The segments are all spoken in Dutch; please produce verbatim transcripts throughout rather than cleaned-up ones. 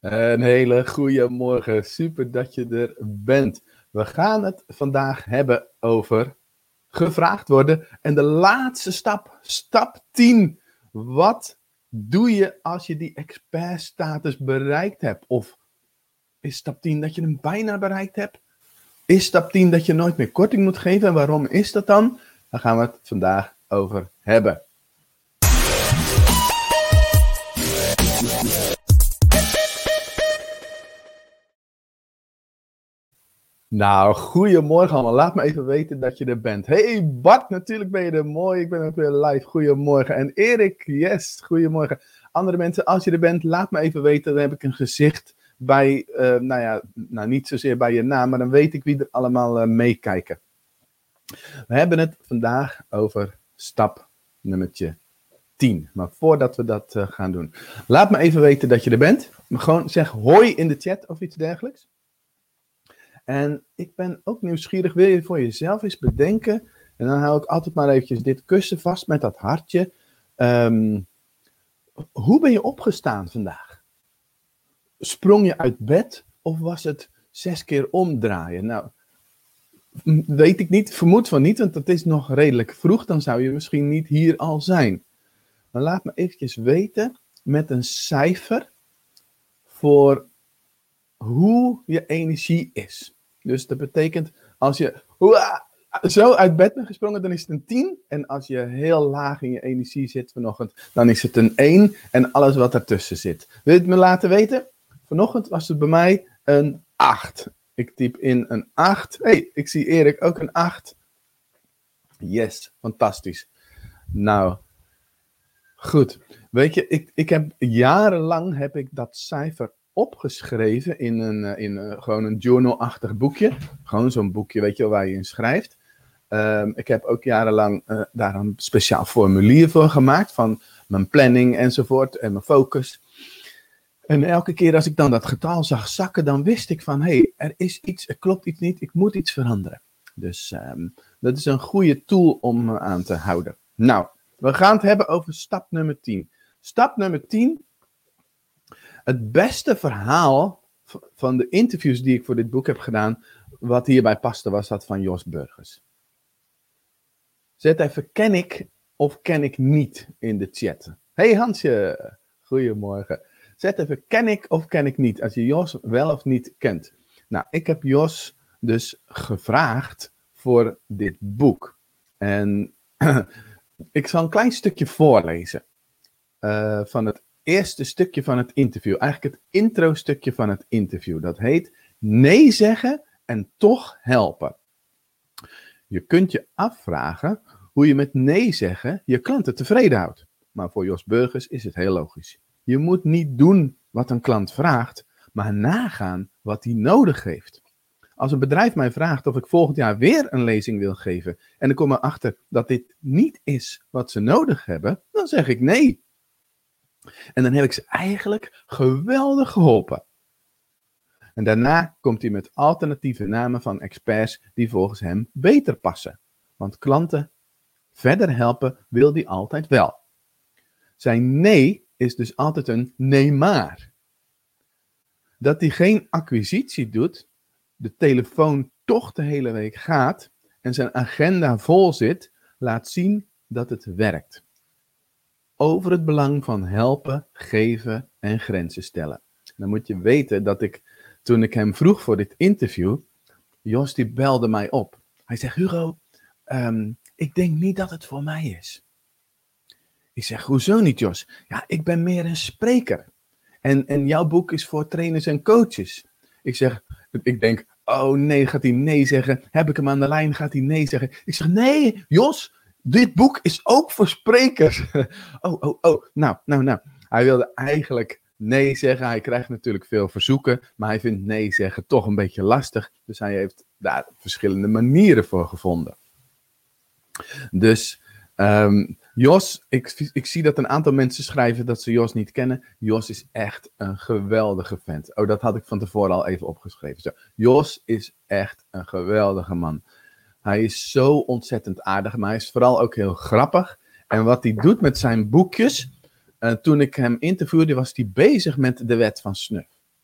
Een hele goede morgen. Super dat je er bent. We gaan het vandaag hebben over gevraagd worden. En de laatste stap, stap tien. Wat doe je als je die expertstatus bereikt hebt? Of is stap tien dat je hem bijna bereikt hebt? Is stap tien dat je nooit meer korting moet geven? En waarom is dat dan? Daar gaan we het vandaag over hebben. Nou, goedemorgen allemaal. Laat me even weten dat je er bent. Hey Bart, natuurlijk ben je er. Mooi, ik ben ook weer live. Goedemorgen. En Erik, yes, goedemorgen. Andere mensen, als je er bent, laat me even weten. Dan heb ik een gezicht bij, uh, nou ja, nou niet zozeer bij je naam, maar dan weet ik wie er allemaal uh, meekijken. We hebben het vandaag over stap nummertje tien. Maar voordat we dat uh, gaan doen, laat me even weten dat je er bent. Maar gewoon zeg hoi in de chat of iets dergelijks. En ik ben ook nieuwsgierig, wil je voor jezelf eens bedenken, en dan hou ik altijd maar eventjes dit kussen vast met dat hartje. Um, hoe ben je opgestaan vandaag? Sprong je uit bed of was het zes keer omdraaien? Nou, weet ik niet, vermoed van niet, want het is nog redelijk vroeg, dan zou je misschien niet hier al zijn. Maar laat me eventjes weten met een cijfer voor hoe je energie is. Dus dat betekent, als je hoera, zo uit bed bent gesprongen, dan is het een tien. En als je heel laag in je energie zit vanochtend, dan is het een één. En alles wat ertussen zit. Wil je het me laten weten? Vanochtend was het bij mij een acht. Ik typ in een acht. Hé, hey, ik zie Erik ook een acht. Yes, fantastisch. Nou, goed. Weet je, ik, ik heb jarenlang heb ik dat cijfer opgeschreven in een, in uh, gewoon een journal-achtig boekje. Gewoon zo'n boekje, weet je wel, waar je in schrijft. Um, ik heb ook jarenlang uh, daar een speciaal formulier voor gemaakt, van mijn planning enzovoort en mijn focus. En elke keer als ik dan dat getal zag zakken, dan wist ik van, hé, hey, er is iets, er klopt iets niet, ik moet iets veranderen. Dus um, dat is een goede tool om uh, aan te houden. Nou, we gaan het hebben over stap nummer tien. Stap nummer tien. Het beste verhaal van de interviews die ik voor dit boek heb gedaan, wat hierbij paste, was dat van Jos Burgers. Zet even ken ik of ken ik niet in de chat. Hey Hansje, goedemorgen. Zet even ken ik of ken ik niet, als je Jos wel of niet kent. Nou, ik heb Jos dus gevraagd voor dit boek. En ik zal een klein stukje voorlezen uh, van het eerste stukje van het interview. Eigenlijk het intro-stukje van het interview. Dat heet nee zeggen en toch helpen. Je kunt je afvragen hoe je met nee zeggen je klanten tevreden houdt. Maar voor Jos Burgers is het heel logisch. Je moet niet doen wat een klant vraagt, maar nagaan wat hij nodig heeft. Als een bedrijf mij vraagt of ik volgend jaar weer een lezing wil geven en ik kom erachter dat dit niet is wat ze nodig hebben, dan zeg ik nee. En dan heb ik ze eigenlijk geweldig geholpen. En daarna komt hij met alternatieve namen van experts die volgens hem beter passen. Want klanten verder helpen wil hij altijd wel. Zijn nee is dus altijd een nee maar. Dat hij geen acquisitie doet, de telefoon toch de hele week gaat en zijn agenda vol zit, laat zien dat het werkt. Over het belang van helpen, geven en grenzen stellen. Dan moet je weten dat ik, toen ik hem vroeg voor dit interview, Jos die belde mij op. Hij zegt, Hugo, um, ik denk niet dat het voor mij is. Ik zeg, hoezo niet Jos? Ja, ik ben meer een spreker. En, en jouw boek is voor trainers en coaches. Ik zeg, ik denk, oh nee, gaat hij nee zeggen? Heb ik hem aan de lijn, gaat hij nee zeggen? Ik zeg, nee, Jos, dit boek is ook voor sprekers. Oh, oh, oh. Nou, nou, nou. Hij wilde eigenlijk nee zeggen. Hij krijgt natuurlijk veel verzoeken. Maar hij vindt nee zeggen toch een beetje lastig. Dus hij heeft daar verschillende manieren voor gevonden. Dus um, Jos, ik, ik zie dat een aantal mensen schrijven dat ze Jos niet kennen. Jos is echt een geweldige vent. Oh, dat had ik van tevoren al even opgeschreven. Zo. Jos is echt een geweldige man. Hij is zo ontzettend aardig, maar hij is vooral ook heel grappig. En wat hij doet met zijn boekjes, uh, toen ik hem interviewde, was hij bezig met de wet van snuf.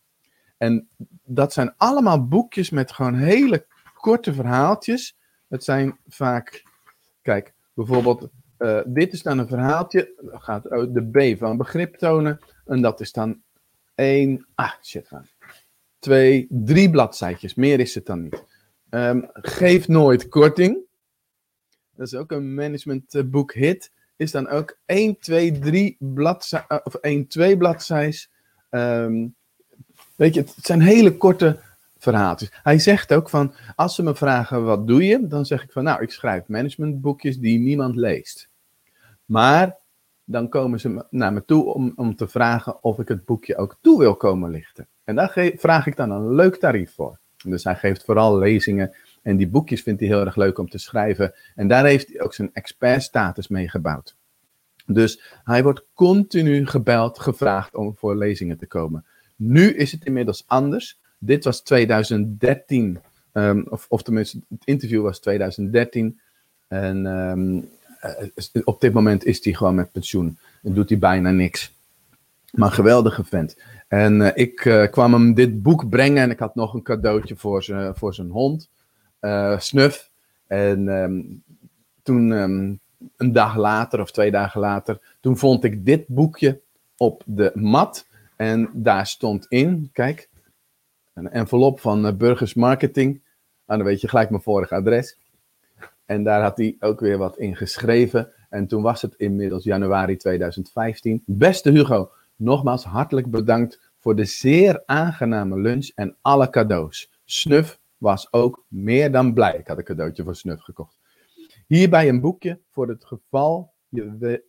En dat zijn allemaal boekjes met gewoon hele korte verhaaltjes. Het zijn vaak, kijk, bijvoorbeeld, uh, dit is dan een verhaaltje, dat gaat uit de B van begrip tonen. En dat is dan één, ah shit, twee, drie bladzijtjes. Meer is het dan niet. Um, geef nooit korting. Dat is ook een managementboek hit. Is dan ook één, twee, drie bladzij, uh, of één, twee bladzijs. Um, weet je, het zijn hele korte verhaaltjes. Hij zegt ook van, als ze me vragen wat doe je, dan zeg ik van, nou, ik schrijf managementboekjes die niemand leest. Maar dan komen ze naar me toe om, om te vragen of ik het boekje ook toe wil komen lichten. En daar ge- vraag ik dan een leuk tarief voor. Dus hij geeft vooral lezingen en die boekjes vindt hij heel erg leuk om te schrijven. En daar heeft hij ook zijn expertstatus mee gebouwd. Dus hij wordt continu gebeld, gevraagd om voor lezingen te komen. Nu is het inmiddels anders. Dit was tweeduizend dertien, um, of, of tenminste het interview was tweeduizend dertien. En um, uh, op dit moment is hij gewoon met pensioen en doet hij bijna niks. Maar een geweldige vent. En uh, ik uh, kwam hem dit boek brengen en ik had nog een cadeautje voor zijn voor zijn hond, uh, Snuf. En um, toen, um, een dag later of twee dagen later, toen vond ik dit boekje op de mat. En daar stond in, kijk, een envelop van uh, Burgers Marketing. Nou, dan weet je gelijk mijn vorige adres. En daar had hij ook weer wat in geschreven. En toen was het inmiddels januari tweeduizend vijftien. Beste Hugo, nogmaals hartelijk bedankt voor de zeer aangename lunch en alle cadeaus. Snuf was ook meer dan blij. Ik had een cadeautje voor Snuf gekocht. Hierbij een boekje voor het geval je, we,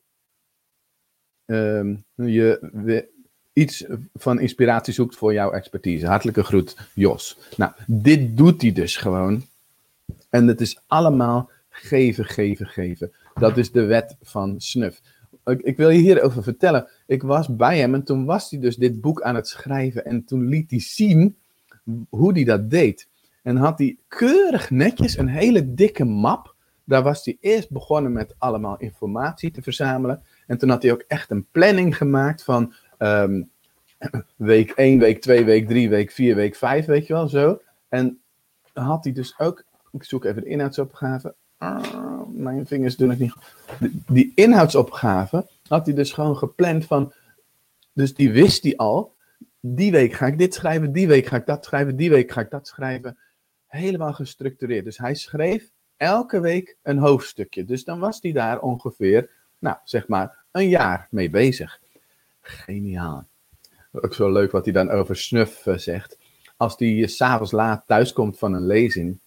um, je we, iets van inspiratie zoekt voor jouw expertise. Hartelijke groet, Jos. Nou, dit doet hij dus gewoon. En het is allemaal geven, geven, geven. Dat is de wet van Snuf. Ik, ik wil je hierover vertellen. Ik was bij hem en toen was hij dus dit boek aan het schrijven. En toen liet hij zien hoe hij dat deed. En had hij keurig netjes een hele dikke map. Daar was hij eerst begonnen met allemaal informatie te verzamelen. En toen had hij ook echt een planning gemaakt van um, week één, week twee, week drie, week vier, week vijf, weet je wel, zo. En had hij dus ook, ik zoek even de inhoudsopgave. Oh, mijn vingers doen het niet goed. Die inhoudsopgave had hij dus gewoon gepland van, dus die wist hij al, die week ga ik dit schrijven, die week ga ik dat schrijven, die week ga ik dat schrijven. Helemaal gestructureerd. Dus hij schreef elke week een hoofdstukje. Dus dan was hij daar ongeveer, nou zeg maar, een jaar mee bezig. Geniaal. Ook zo leuk wat hij dan over Snuf uh, zegt. Als hij uh, 's avonds laat thuiskomt van een lezing.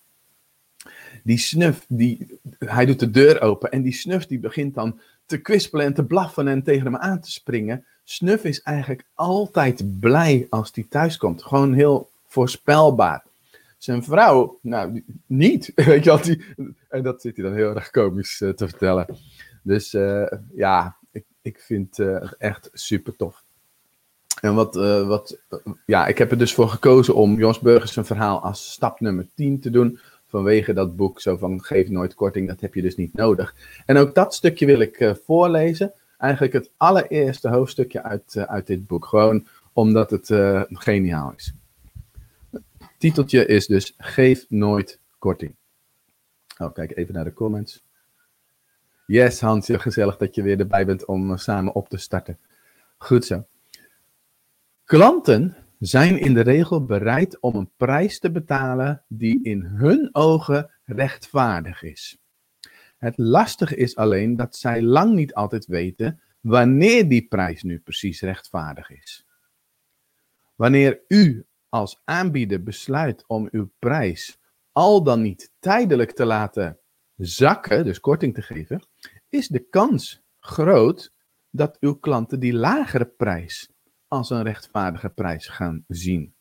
Die Snuf, die, hij doet de deur open en die Snuf die begint dan te kwispelen en te blaffen en tegen hem aan te springen. Snuf is eigenlijk altijd blij als hij thuiskomt. Gewoon heel voorspelbaar. Zijn vrouw, nou, niet. Weet je wat die, en dat zit hij dan heel erg komisch uh, te vertellen. Dus uh, ja, ik, ik vind uh, het echt super tof. En wat, uh, wat uh, ja, ik heb er dus voor gekozen om Jos Burgers zijn verhaal als stap nummer tien te doen. Vanwege dat boek, zo van geef nooit korting, dat heb je dus niet nodig. En ook dat stukje wil ik uh, voorlezen. Eigenlijk het allereerste hoofdstukje uit, uh, uit dit boek. Gewoon omdat het uh, geniaal is. Titeltje is dus geef nooit korting. Oh, kijk even naar de comments. Yes, Hans, heel gezellig dat je weer erbij bent om samen op te starten. Goed zo. Klanten zijn in de regel bereid om een prijs te betalen die in hun ogen rechtvaardig is. Het lastige is alleen dat zij lang niet altijd weten wanneer die prijs nu precies rechtvaardig is. Wanneer u als aanbieder besluit om uw prijs al dan niet tijdelijk te laten zakken, dus korting te geven, is de kans groot dat uw klanten die lagere prijs als een rechtvaardige prijs gaan zien.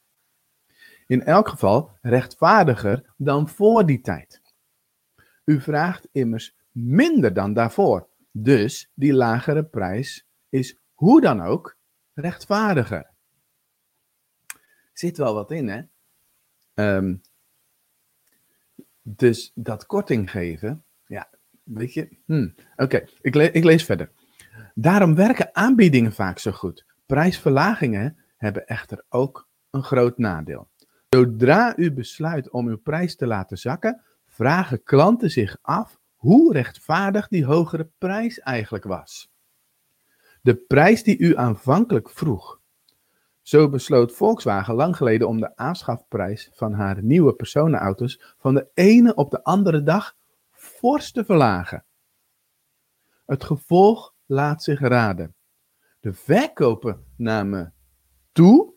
In elk geval rechtvaardiger dan voor die tijd. U vraagt immers minder dan daarvoor, dus die lagere prijs is hoe dan ook rechtvaardiger. Zit wel wat in, hè? Um, dus dat korting geven, ja, weet je, hmm. oké, okay, ik, le- ik lees verder. Daarom werken aanbiedingen vaak zo goed. Prijsverlagingen hebben echter ook een groot nadeel. Zodra u besluit om uw prijs te laten zakken, vragen klanten zich af hoe rechtvaardig die hogere prijs eigenlijk was. De prijs die u aanvankelijk vroeg. Zo besloot Volkswagen lang geleden om de aanschafprijs van haar nieuwe personenauto's van de ene op de andere dag fors te verlagen. Het gevolg laat zich raden. De verkopen namen toe,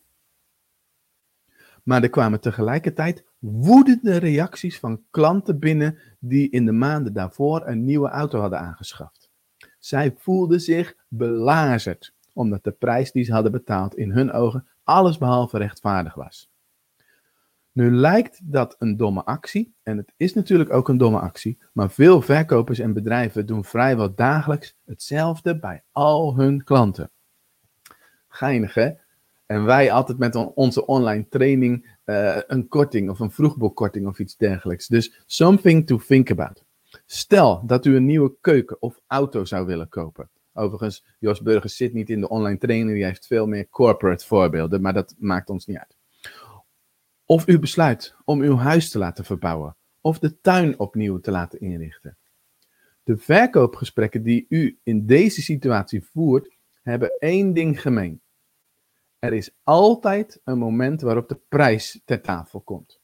maar er kwamen tegelijkertijd woedende reacties van klanten binnen die in de maanden daarvoor een nieuwe auto hadden aangeschaft. Zij voelden zich belazerd, omdat de prijs die ze hadden betaald in hun ogen allesbehalve rechtvaardig was. Nu lijkt dat een domme actie, en het is natuurlijk ook een domme actie, maar veel verkopers en bedrijven doen vrijwel dagelijks hetzelfde bij al hun klanten. Geinig, hè? En wij altijd met on- onze online training uh, een korting of een vroegboekkorting of iets dergelijks. Dus something to think about. Stel dat u een nieuwe keuken of auto zou willen kopen. Overigens, Jos Burgers zit niet in de online training, die heeft veel meer corporate voorbeelden, maar dat maakt ons niet uit. Of u besluit om uw huis te laten verbouwen, of de tuin opnieuw te laten inrichten. De verkoopgesprekken die u in deze situatie voert, hebben één ding gemeen. Er is altijd een moment waarop de prijs ter tafel komt.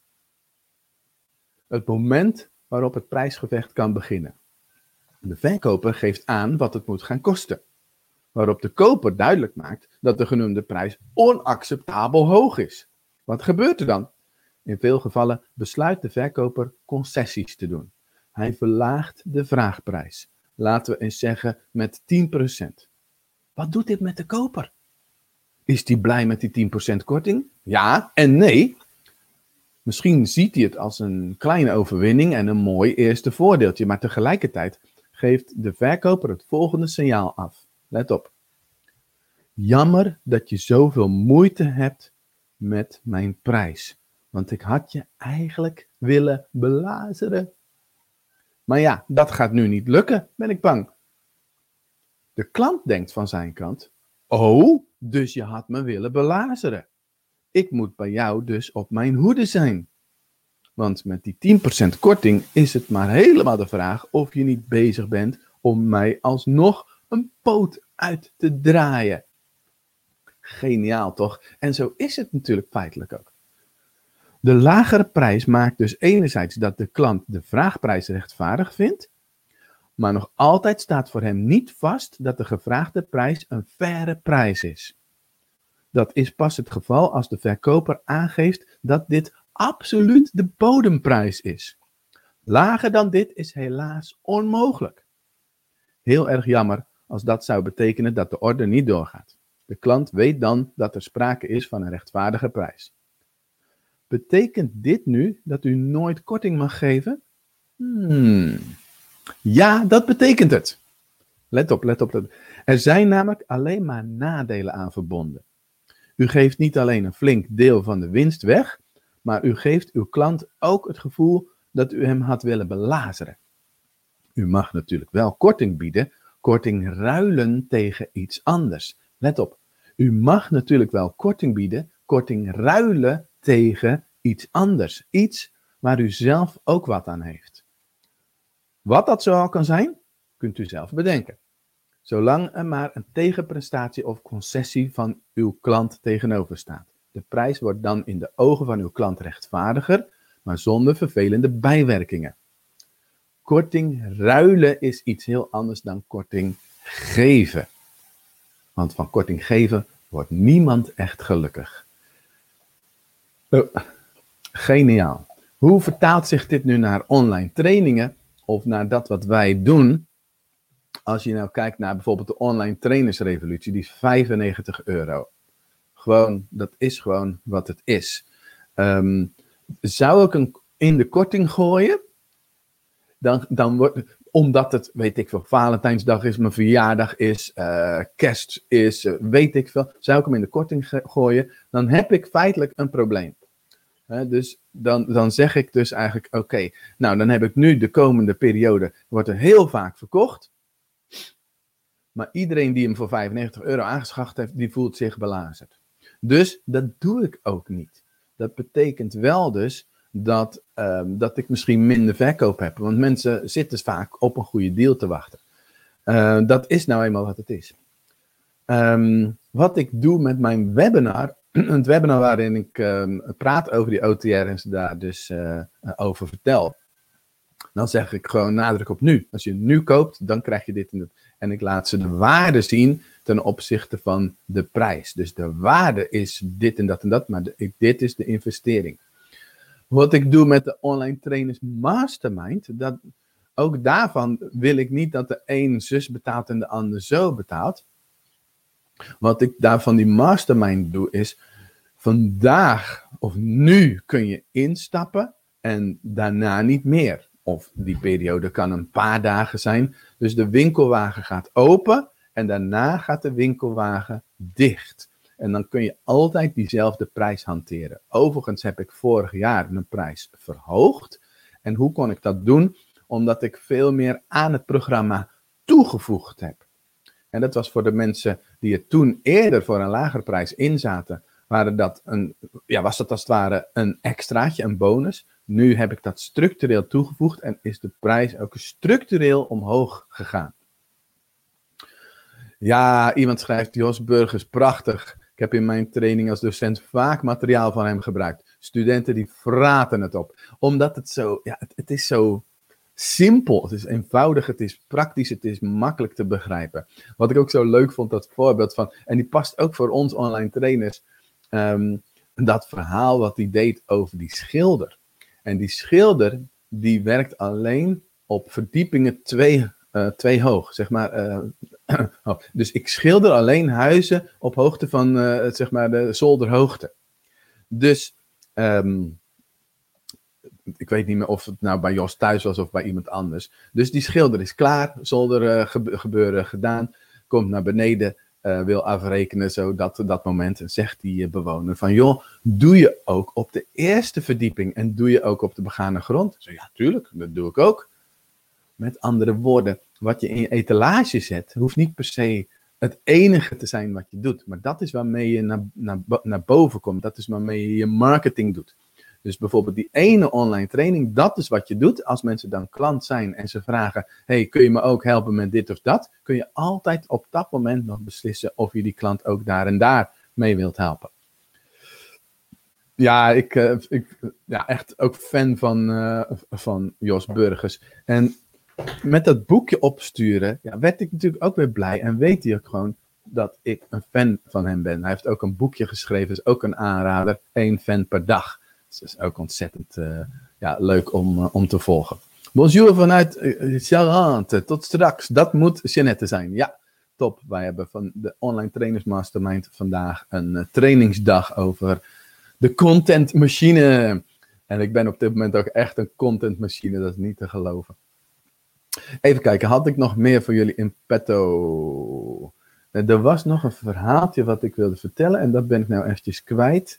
Het moment waarop het prijsgevecht kan beginnen. De verkoper geeft aan wat het moet gaan kosten, waarop de koper duidelijk maakt dat de genoemde prijs onacceptabel hoog is. Wat gebeurt er dan? In veel gevallen besluit de verkoper concessies te doen. Hij verlaagt de vraagprijs. Laten we eens zeggen met tien procent. Wat doet dit met de koper? Is hij blij met die tien procent korting? Ja en nee. Misschien ziet hij het als een kleine overwinning en een mooi eerste voordeeltje, maar tegelijkertijd geeft de verkoper het volgende signaal af. Let op. Jammer dat je zoveel moeite hebt met mijn prijs, want ik had je eigenlijk willen belazeren. Maar ja, dat gaat nu niet lukken, ben ik bang. De klant denkt van zijn kant, oh, dus je had me willen belazeren. Ik moet bij jou dus op mijn hoede zijn. Want met die tien procent korting is het maar helemaal de vraag of je niet bezig bent om mij alsnog een poot uit te draaien. Geniaal toch? En zo is het natuurlijk feitelijk ook. De lagere prijs maakt dus enerzijds dat de klant de vraagprijs rechtvaardig vindt, maar nog altijd staat voor hem niet vast dat de gevraagde prijs een faire prijs is. Dat is pas het geval als de verkoper aangeeft dat dit absoluut de bodemprijs is. Lager dan dit is helaas onmogelijk. Heel erg jammer als dat zou betekenen dat de order niet doorgaat. De klant weet dan dat er sprake is van een rechtvaardige prijs. Betekent dit nu dat u nooit korting mag geven? Hmm. Ja, dat betekent het. Let op, let op. Let op. Er zijn namelijk alleen maar nadelen aan verbonden. U geeft niet alleen een flink deel van de winst weg, maar u geeft uw klant ook het gevoel dat u hem had willen belazeren. U mag natuurlijk wel korting bieden, korting ruilen tegen iets anders. Let op, u mag natuurlijk wel korting bieden, korting ruilen tegen iets anders. Iets waar u zelf ook wat aan heeft. Wat dat zoal kan zijn, kunt u zelf bedenken. Zolang er maar een tegenprestatie of concessie van uw klant tegenover staat. De prijs wordt dan in de ogen van uw klant rechtvaardiger, maar zonder vervelende bijwerkingen. Korting ruilen is iets heel anders dan korting geven. Want van korting geven wordt niemand echt gelukkig. Oh, geniaal. Hoe vertaalt zich dit nu naar online trainingen of naar dat wat wij doen? Als je nou kijkt naar bijvoorbeeld de online trainersrevolutie, die is vijfennegentig euro. Gewoon, dat is gewoon wat het is. Um, zou ik hem in de korting gooien? Dan, dan wordt, omdat het, weet ik veel, Valentijnsdag is, mijn verjaardag is, uh, kerst is, uh, weet ik veel. Zou ik hem in de korting ge- gooien? Dan heb ik feitelijk een probleem. He, dus dan, dan zeg ik dus eigenlijk, oké, okay, nou dan heb ik nu de komende periode, wordt er heel vaak verkocht. Maar iedereen die hem voor vijfennegentig euro aangeschaft heeft, die voelt zich belazerd. Dus dat doe ik ook niet. Dat betekent wel dus dat, um, dat ik misschien minder verkoop heb. Want mensen zitten vaak op een goede deal te wachten. Uh, dat is nou eenmaal wat het is. Um, wat ik doe met mijn webinar, een webinar waarin ik um, praat over die O T R en ze daar dus uh, over vertel. Dan zeg ik gewoon nadruk op nu. Als je nu koopt, dan krijg je dit en dat. En ik laat ze de waarde zien ten opzichte van de prijs. Dus de waarde is dit en dat en dat, maar de, dit is de investering. Wat ik doe met de Online Trainers Mastermind, dat, ook daarvan wil ik niet dat de een zus betaalt en de ander zo betaalt. Wat ik daarvan die mastermind doe is, vandaag of nu kun je instappen en daarna niet meer. Of die periode kan een paar dagen zijn. Dus de winkelwagen gaat open en daarna gaat de winkelwagen dicht. En dan kun je altijd diezelfde prijs hanteren. Overigens heb ik vorig jaar mijn prijs verhoogd. En hoe kon ik dat doen? Omdat ik veel meer aan het programma toegevoegd heb. En dat was voor de mensen die er toen eerder voor een lagere prijs in zaten. Waren dat een, ja, was dat als het ware een extraatje, een bonus. Nu heb ik dat structureel toegevoegd en is de prijs ook structureel omhoog gegaan. Ja, iemand schrijft, Jos Burgers, prachtig. Ik heb in mijn training als docent vaak materiaal van hem gebruikt. Studenten die vraten het op. Omdat het zo, ja, het, het is zo simpel. Het is eenvoudig, het is praktisch, het is makkelijk te begrijpen. Wat ik ook zo leuk vond, dat voorbeeld van, en die past ook voor ons online trainers, um, dat verhaal wat hij deed over die schilder. En die schilder, die werkt alleen op verdiepingen twee, uh, twee hoog, zeg maar. Uh, oh, dus ik schilder alleen huizen op hoogte van, uh, zeg maar, de zolderhoogte. Dus, um, ik weet niet meer of het nou bij Jos thuis was of bij iemand anders. Dus die schilder is klaar, zolder uh, gebe- gebeuren gedaan, komt naar beneden. Uh, wil afrekenen, zo dat, dat moment. En zegt die uh, bewoner van, joh, doe je ook op de eerste verdieping en doe je ook op de begane grond? Zo, ja, tuurlijk, dat doe ik ook. Met andere woorden, wat je in je etalage zet, hoeft niet per se het enige te zijn wat je doet. Maar dat is waarmee je naar, naar, naar boven komt. Dat is waarmee je je marketing doet. Dus bijvoorbeeld die ene online training, dat is wat je doet. Als mensen dan klant zijn en ze vragen, hey, kun je me ook helpen met dit of dat? Kun je altijd op dat moment nog beslissen of je die klant ook daar en daar mee wilt helpen. Ja, ik, uh, ik ja, echt ook fan van, uh, van Jos Burgers. En met dat boekje opsturen, ja, werd ik natuurlijk ook weer blij. En weet hij ook gewoon dat ik een fan van hem ben. Hij heeft ook een boekje geschreven, is ook een aanrader. Eén fan per dag. Dus dat is ook ontzettend uh, ja, leuk om, uh, om te volgen. Bonjour vanuit uh, Charente. Tot straks. Dat moet Jeanette zijn. Ja, top. Wij hebben van de Online Trainers Mastermind vandaag een uh, trainingsdag over de contentmachine. En ik ben op dit moment ook echt een contentmachine. Dat is niet te geloven. Even kijken. Had ik nog meer voor jullie in petto? Uh, er was nog een verhaaltje wat ik wilde vertellen. En dat ben ik nou eventjes kwijt.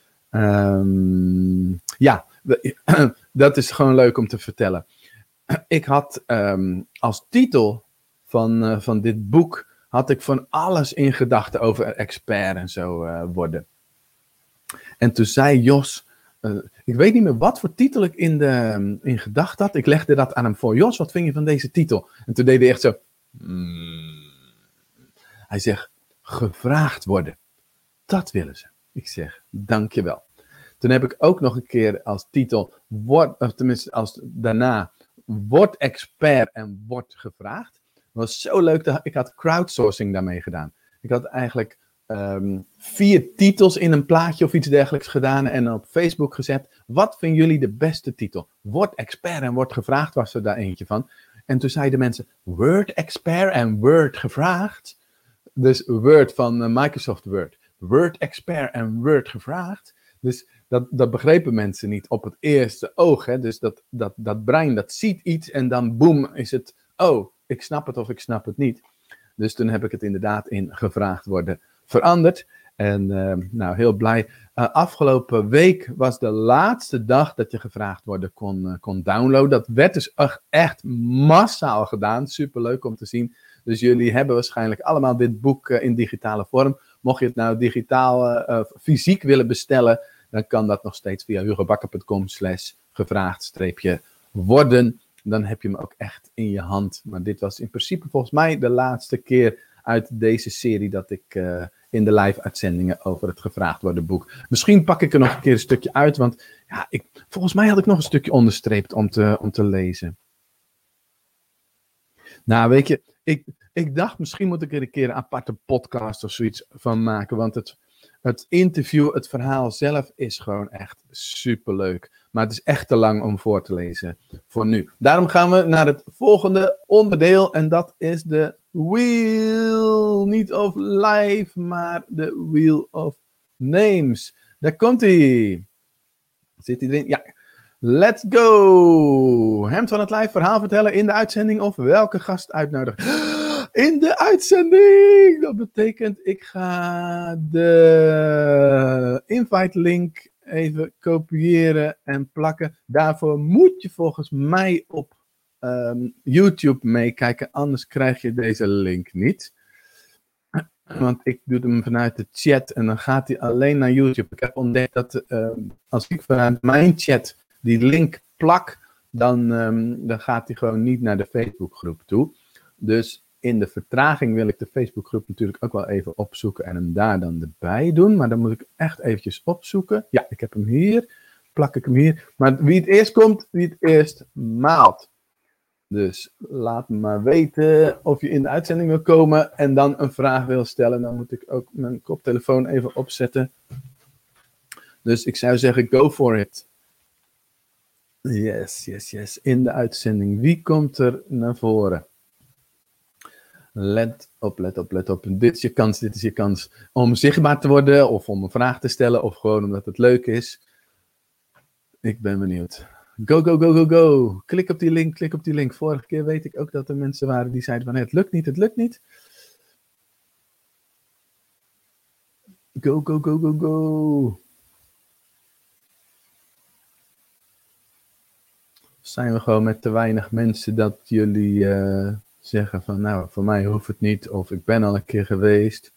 Um, ja, dat is gewoon leuk om te vertellen. Ik had um, als titel van, uh, van dit boek, had ik van alles in gedachten over expert en zo uh, worden. En toen zei Jos, uh, ik weet niet meer wat voor titel ik in, de, um, in gedachten had. Ik legde dat aan hem voor. Jos, wat vind je van deze titel? En toen deed hij echt zo. Mm. Hij zegt, gevraagd worden. Dat willen ze. Ik zeg, dankjewel. Toen heb ik ook nog een keer als titel, word, of tenminste als daarna, word expert en word gevraagd. Dat was zo leuk, dat ik had crowdsourcing daarmee gedaan. Ik had eigenlijk um, vier titels in een plaatje of iets dergelijks gedaan en op Facebook gezet. Wat vinden jullie de beste titel? Word expert en word gevraagd was er daar eentje van. En toen zeiden mensen, word expert en word gevraagd. Dus Word van uh, Microsoft Word. Word expert en Word gevraagd. Dus dat, dat begrepen mensen niet op het eerste oog. Hè? Dus dat, dat, dat brein dat ziet iets en dan boem is het, oh, ik snap het of ik snap het niet. Dus toen heb ik het inderdaad in gevraagd worden veranderd. En uh, nou, heel blij. Uh, afgelopen week was de laatste dag dat je gevraagd worden kon, uh, kon downloaden. Dat werd dus echt, echt massaal gedaan. Superleuk om te zien. Dus jullie hebben waarschijnlijk allemaal dit boek uh, in digitale vorm. Mocht je het nou digitaal, uh, fysiek willen bestellen, dan kan dat nog steeds via hugobakker.com slash gevraagd streepje worden. Dan heb je hem ook echt in je hand. Maar dit was in principe volgens mij de laatste keer uit deze serie dat ik uh, in de live uitzendingen over het gevraagd worden boek. Misschien pak ik er nog een keer een stukje uit, want ja, ik, volgens mij had ik nog een stukje onderstreept om te, om te lezen. Nou, weet je, ik, ik dacht misschien moet ik er een keer een aparte podcast of zoiets van maken, want het, het interview, het verhaal zelf is gewoon echt superleuk. Maar het is echt te lang om voor te lezen voor nu. Daarom gaan we naar het volgende onderdeel en dat is de Wheel, niet of Life, maar de Wheel of Names. Daar komt hij. Zit hij erin? Ja. Let's go! Hemd van het lijf, verhaal vertellen in de uitzending of welke gast uitnodigen? In de uitzending! Dat betekent, ik ga de invite link even kopiëren en plakken. Daarvoor moet je volgens mij op um, YouTube meekijken, anders krijg je deze link niet. Want ik doe hem vanuit de chat en dan gaat hij alleen naar YouTube. Ik heb ontdekt dat uh, als ik vanuit mijn chat die link plak, dan, um, dan gaat hij gewoon niet naar de Facebookgroep toe. Dus in de vertraging wil ik de Facebookgroep natuurlijk ook wel even opzoeken en hem daar dan erbij doen. Maar dan moet ik echt eventjes opzoeken. Ja, ik heb hem hier. Plak ik hem hier. Maar wie het eerst komt, wie het eerst maalt. Dus laat me maar weten of je in de uitzending wil komen en dan een vraag wil stellen. Dan moet ik ook mijn koptelefoon even opzetten. Dus ik zou zeggen, go for it. Yes, yes, yes. In de uitzending. Wie komt er naar voren? Let op, let op, let op. Dit is je kans, dit is je kans om zichtbaar te worden of om een vraag te stellen of gewoon omdat het leuk is. Ik ben benieuwd. Go, go, go, go, go. Klik op die link, klik op die link. Vorige keer weet ik ook dat er mensen waren die zeiden van het lukt niet, het lukt niet. Go, go, go, go, go. Zijn we gewoon met te weinig mensen dat jullie uh, zeggen van nou, voor mij hoeft het niet of ik ben al een keer geweest.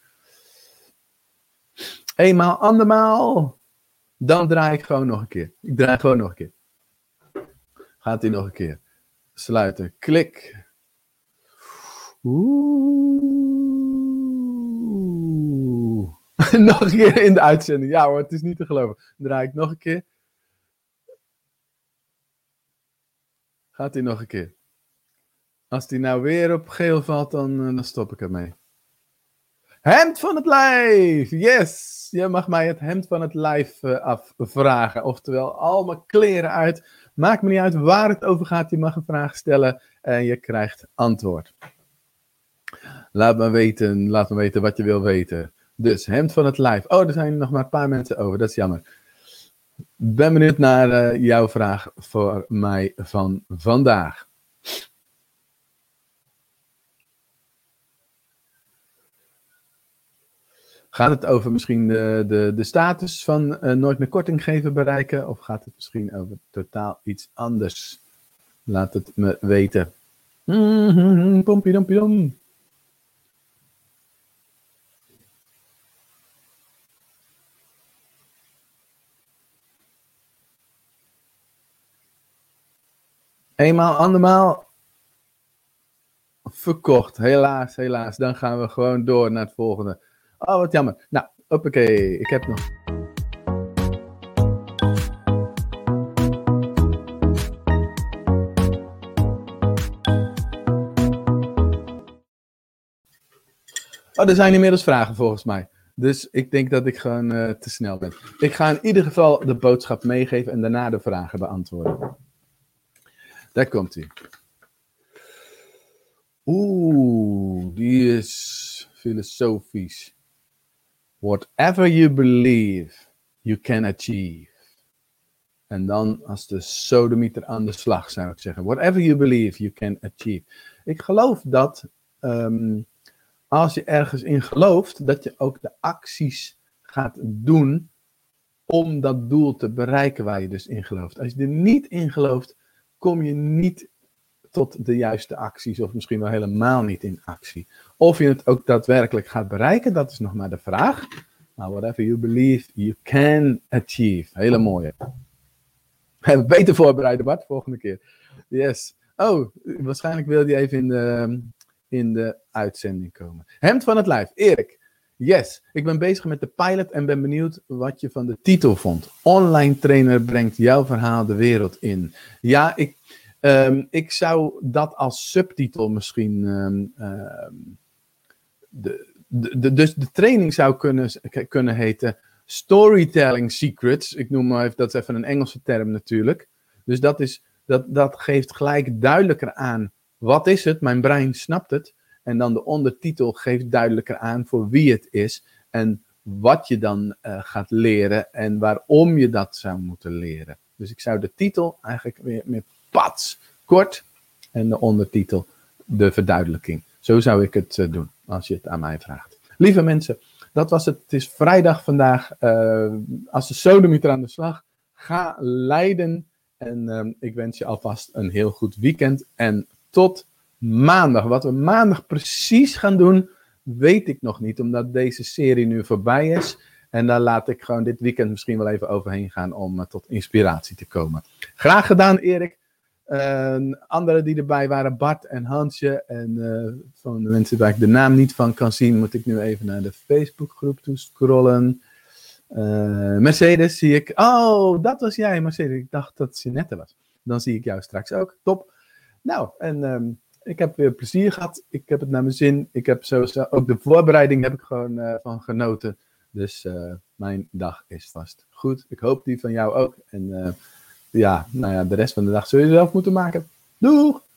Eenmaal, andermaal. Dan draai ik gewoon nog een keer. Ik draai gewoon nog een keer. Gaat hij nog een keer. Sluiten. Klik. Oeh. Nog een keer in de uitzending. Ja hoor, het is niet te geloven. Dan draai ik nog een keer. Gaat hij nog een keer. Als die nou weer op geel valt, dan, dan stop ik ermee. Hemd van het lijf! Yes! Je mag mij het hemd van het lijf uh, afvragen. Oftewel, al mijn kleren uit. Maakt me niet uit waar het over gaat. Je mag een vraag stellen en je krijgt antwoord. Laat me weten, laat me weten wat je wil weten. Dus, hemd van het lijf. Oh, er zijn nog maar een paar mensen over. Dat is jammer. Ben benieuwd naar uh, jouw vraag voor mij van vandaag. Gaat het over misschien de, de, de status van uh, nooit meer korting geven bereiken? Of gaat het misschien over totaal iets anders? Laat het me weten. Mm-hmm, pompiedompidom. Eenmaal, andermaal. Verkocht. Helaas, helaas. Dan gaan we gewoon door naar het volgende. Oh, wat jammer. Nou, hoppakee. Ik heb nog... Oh, er zijn inmiddels vragen volgens mij. Dus ik denk dat ik gewoon uh, te snel ben. Ik ga in ieder geval de boodschap meegeven en daarna de vragen beantwoorden. Daar komt hij. Oeh, die is filosofisch. Whatever you believe, you can achieve. En dan als de sodemieter aan de slag zou ik zeggen. Whatever you believe, you can achieve. Ik geloof dat um, als je ergens in gelooft, dat je ook de acties gaat doen om dat doel te bereiken waar je dus in gelooft. Als je er niet in gelooft, kom je niet tot de juiste acties of misschien wel helemaal niet in actie. Of je het ook daadwerkelijk gaat bereiken, dat is nog maar de vraag. Maar whatever you believe, you can achieve. Hele mooie. Hebben we beter voorbereid, Bart, volgende keer. Yes. Oh, waarschijnlijk wil je even in de, in de uitzending komen. Hemd van het lijf, Erik. Yes, ik ben bezig met de pilot en ben benieuwd wat je van de titel vond. Online trainer brengt jouw verhaal de wereld in. Ja, ik, um, ik zou dat als subtitel misschien... Um, um, de, de, de, dus de training zou kunnen, kunnen heten Storytelling Secrets. Ik noem maar even, dat is even een Engelse term natuurlijk. Dus dat, is, dat, dat geeft gelijk duidelijker aan, wat is het? Mijn brein snapt het. En dan de ondertitel geeft duidelijker aan voor wie het is. En wat je dan uh, gaat leren. En waarom je dat zou moeten leren. Dus ik zou de titel eigenlijk weer met pats kort. En de ondertitel de verduidelijking. Zo zou ik het uh, doen. Als je het aan mij vraagt. Lieve mensen. Dat was het. Het is vrijdag vandaag. Uh, als de sodemieter aan de slag. Ga leiden. En uh, ik wens je alvast een heel goed weekend. En tot maandag. Wat we maandag precies gaan doen, weet ik nog niet. Omdat deze serie nu voorbij is. En daar laat ik gewoon dit weekend misschien wel even overheen gaan om uh, tot inspiratie te komen. Graag gedaan, Erik. Uh, anderen die erbij waren, Bart en Hansje. En uh, van de mensen waar ik de naam niet van kan zien, moet ik nu even naar de Facebookgroep toe scrollen. Uh, Mercedes zie ik. Oh, dat was jij, Mercedes. Ik dacht dat het Jeanette was. Dan zie ik jou straks ook. Top. Nou, en um, ik heb weer plezier gehad. Ik heb het naar mijn zin. Ik heb sowieso ook de voorbereiding heb ik gewoon uh, van genoten. Dus uh, mijn dag is vast goed. Ik hoop die van jou ook. En uh, ja, nou ja, de rest van de dag zul je zelf moeten maken. Doeg!